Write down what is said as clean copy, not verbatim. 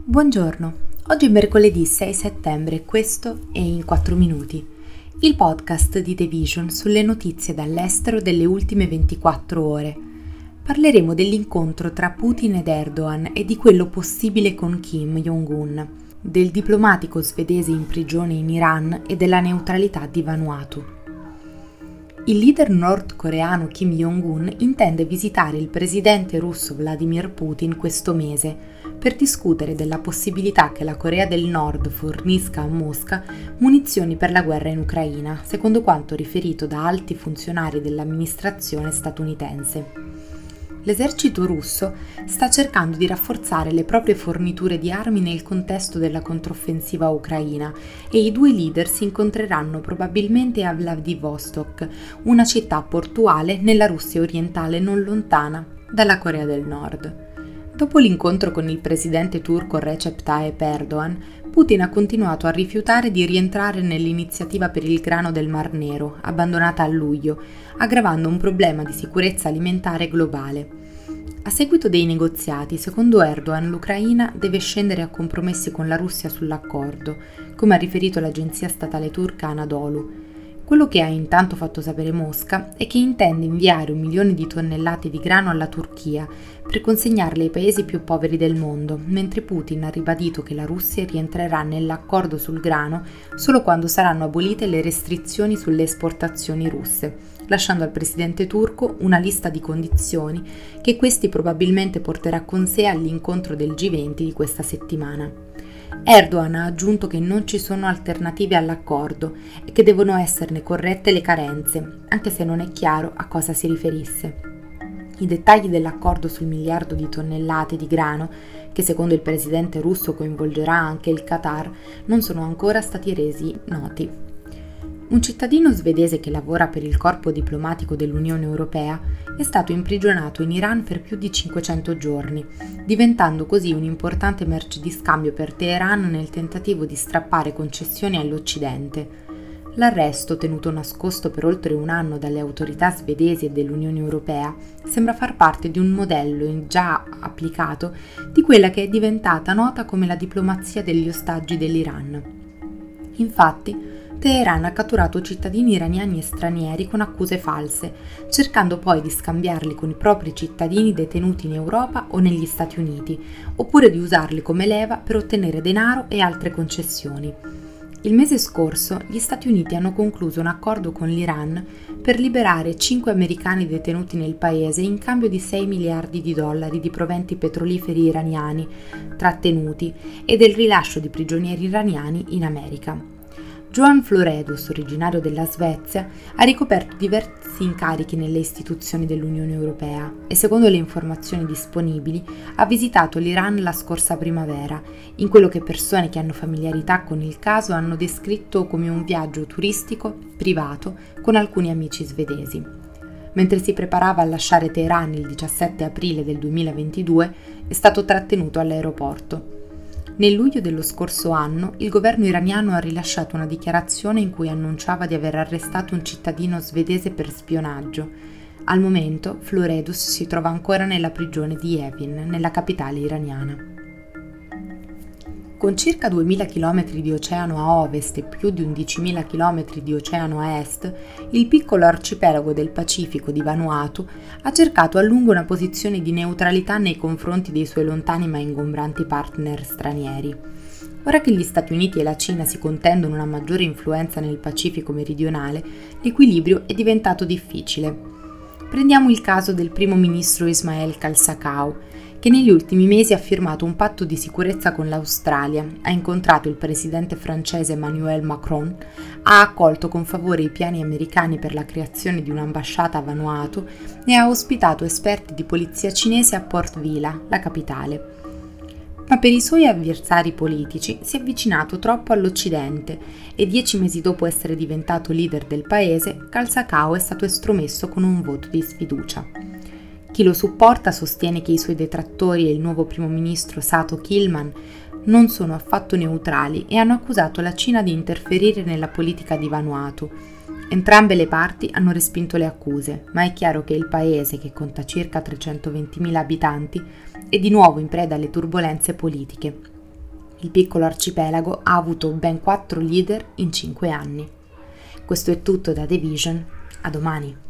Buongiorno, oggi è mercoledì 6 settembre e questo è In 4 Minuti, il podcast di The Vision sulle notizie dall'estero delle ultime 24 ore. Parleremo dell'incontro tra Putin ed Erdogan e di quello possibile con Kim Jong-un, del diplomatico svedese in prigione in Iran e della neutralità di Vanuatu. Il leader nordcoreano Kim Jong-un intende visitare il presidente russo Vladimir Putin questo mese per discutere della possibilità che la Corea del Nord fornisca a Mosca munizioni per la guerra in Ucraina, secondo quanto riferito da alti funzionari dell'amministrazione statunitense. L'esercito russo sta cercando di rafforzare le proprie forniture di armi nel contesto della controffensiva ucraina e i due leader si incontreranno probabilmente a Vladivostok, una città portuale nella Russia orientale non lontana dalla Corea del Nord. Dopo l'incontro con il presidente turco Recep Tayyip Erdogan, Putin ha continuato a rifiutare di rientrare nell'iniziativa per il grano del Mar Nero, abbandonata a luglio, aggravando un problema di sicurezza alimentare globale. A seguito dei negoziati, secondo Erdogan, l'Ucraina deve scendere a compromessi con la Russia sull'accordo, come ha riferito l'agenzia statale turca Anadolu. Quello che ha intanto fatto sapere Mosca è che intende inviare 1 milione di tonnellate di grano alla Turchia per consegnarle ai paesi più poveri del mondo, mentre Putin ha ribadito che la Russia rientrerà nell'accordo sul grano solo quando saranno abolite le restrizioni sulle esportazioni russe, lasciando al presidente turco una lista di condizioni che questi probabilmente porterà con sé all'incontro del G20 di questa settimana. Erdogan ha aggiunto che non ci sono alternative all'accordo e che devono esserne corrette le carenze, anche se non è chiaro a cosa si riferisse. I dettagli dell'accordo sul 1 miliardo di tonnellate di grano, che secondo il presidente russo coinvolgerà anche il Qatar, non sono ancora stati resi noti. Un cittadino svedese che lavora per il corpo diplomatico dell'Unione Europea è stato imprigionato in Iran per più di 500 giorni, diventando così un'importante merce di scambio per Teheran nel tentativo di strappare concessioni all'Occidente. L'arresto, tenuto nascosto per oltre un anno dalle autorità svedesi e dell'Unione Europea, sembra far parte di un modello già applicato di quella che è diventata nota come la diplomazia degli ostaggi dell'Iran. Infatti, Teheran ha catturato cittadini iraniani e stranieri con accuse false, cercando poi di scambiarli con i propri cittadini detenuti in Europa o negli Stati Uniti, oppure di usarli come leva per ottenere denaro e altre concessioni. Il mese scorso gli Stati Uniti hanno concluso un accordo con l'Iran per liberare 5 americani detenuti nel paese in cambio di 6 miliardi di dollari di proventi petroliferi iraniani trattenuti e del rilascio di prigionieri iraniani in America. Johan Floredus, originario della Svezia, ha ricoperto diversi incarichi nelle istituzioni dell'Unione Europea e, secondo le informazioni disponibili, ha visitato l'Iran la scorsa primavera, in quello che persone che hanno familiarità con il caso hanno descritto come un viaggio turistico privato con alcuni amici svedesi. Mentre si preparava a lasciare Teheran il 17 aprile del 2022, è stato trattenuto all'aeroporto. Nel luglio dello scorso anno, il governo iraniano ha rilasciato una dichiarazione in cui annunciava di aver arrestato un cittadino svedese per spionaggio. Al momento, Floredus si trova ancora nella prigione di Evin, nella capitale iraniana. Con circa 2.000 km di oceano a ovest e più di 11.000 km di oceano a est, il piccolo arcipelago del Pacifico di Vanuatu ha cercato a lungo una posizione di neutralità nei confronti dei suoi lontani ma ingombranti partner stranieri. Ora che gli Stati Uniti e la Cina si contendono una maggiore influenza nel Pacifico meridionale, l'equilibrio è diventato difficile. Prendiamo il caso del primo ministro Ismael Kalsakau, che negli ultimi mesi ha firmato un patto di sicurezza con l'Australia, ha incontrato il presidente francese Emmanuel Macron, ha accolto con favore i piani americani per la creazione di un'ambasciata a Vanuatu e ha ospitato esperti di polizia cinese a Port Vila, la capitale. Ma per i suoi avversari politici si è avvicinato troppo all'Occidente e 10 mesi dopo essere diventato leader del paese, Kalsakau è stato estromesso con un voto di sfiducia. Chi lo supporta sostiene che i suoi detrattori e il nuovo primo ministro Sato Kilman non sono affatto neutrali e hanno accusato la Cina di interferire nella politica di Vanuatu. Entrambe le parti hanno respinto le accuse, ma è chiaro che il paese, che conta circa 320.000 abitanti, è di nuovo in preda alle turbolenze politiche. il piccolo arcipelago ha avuto ben 4 leader in 5 anni. Questo è tutto da The Vision, a domani.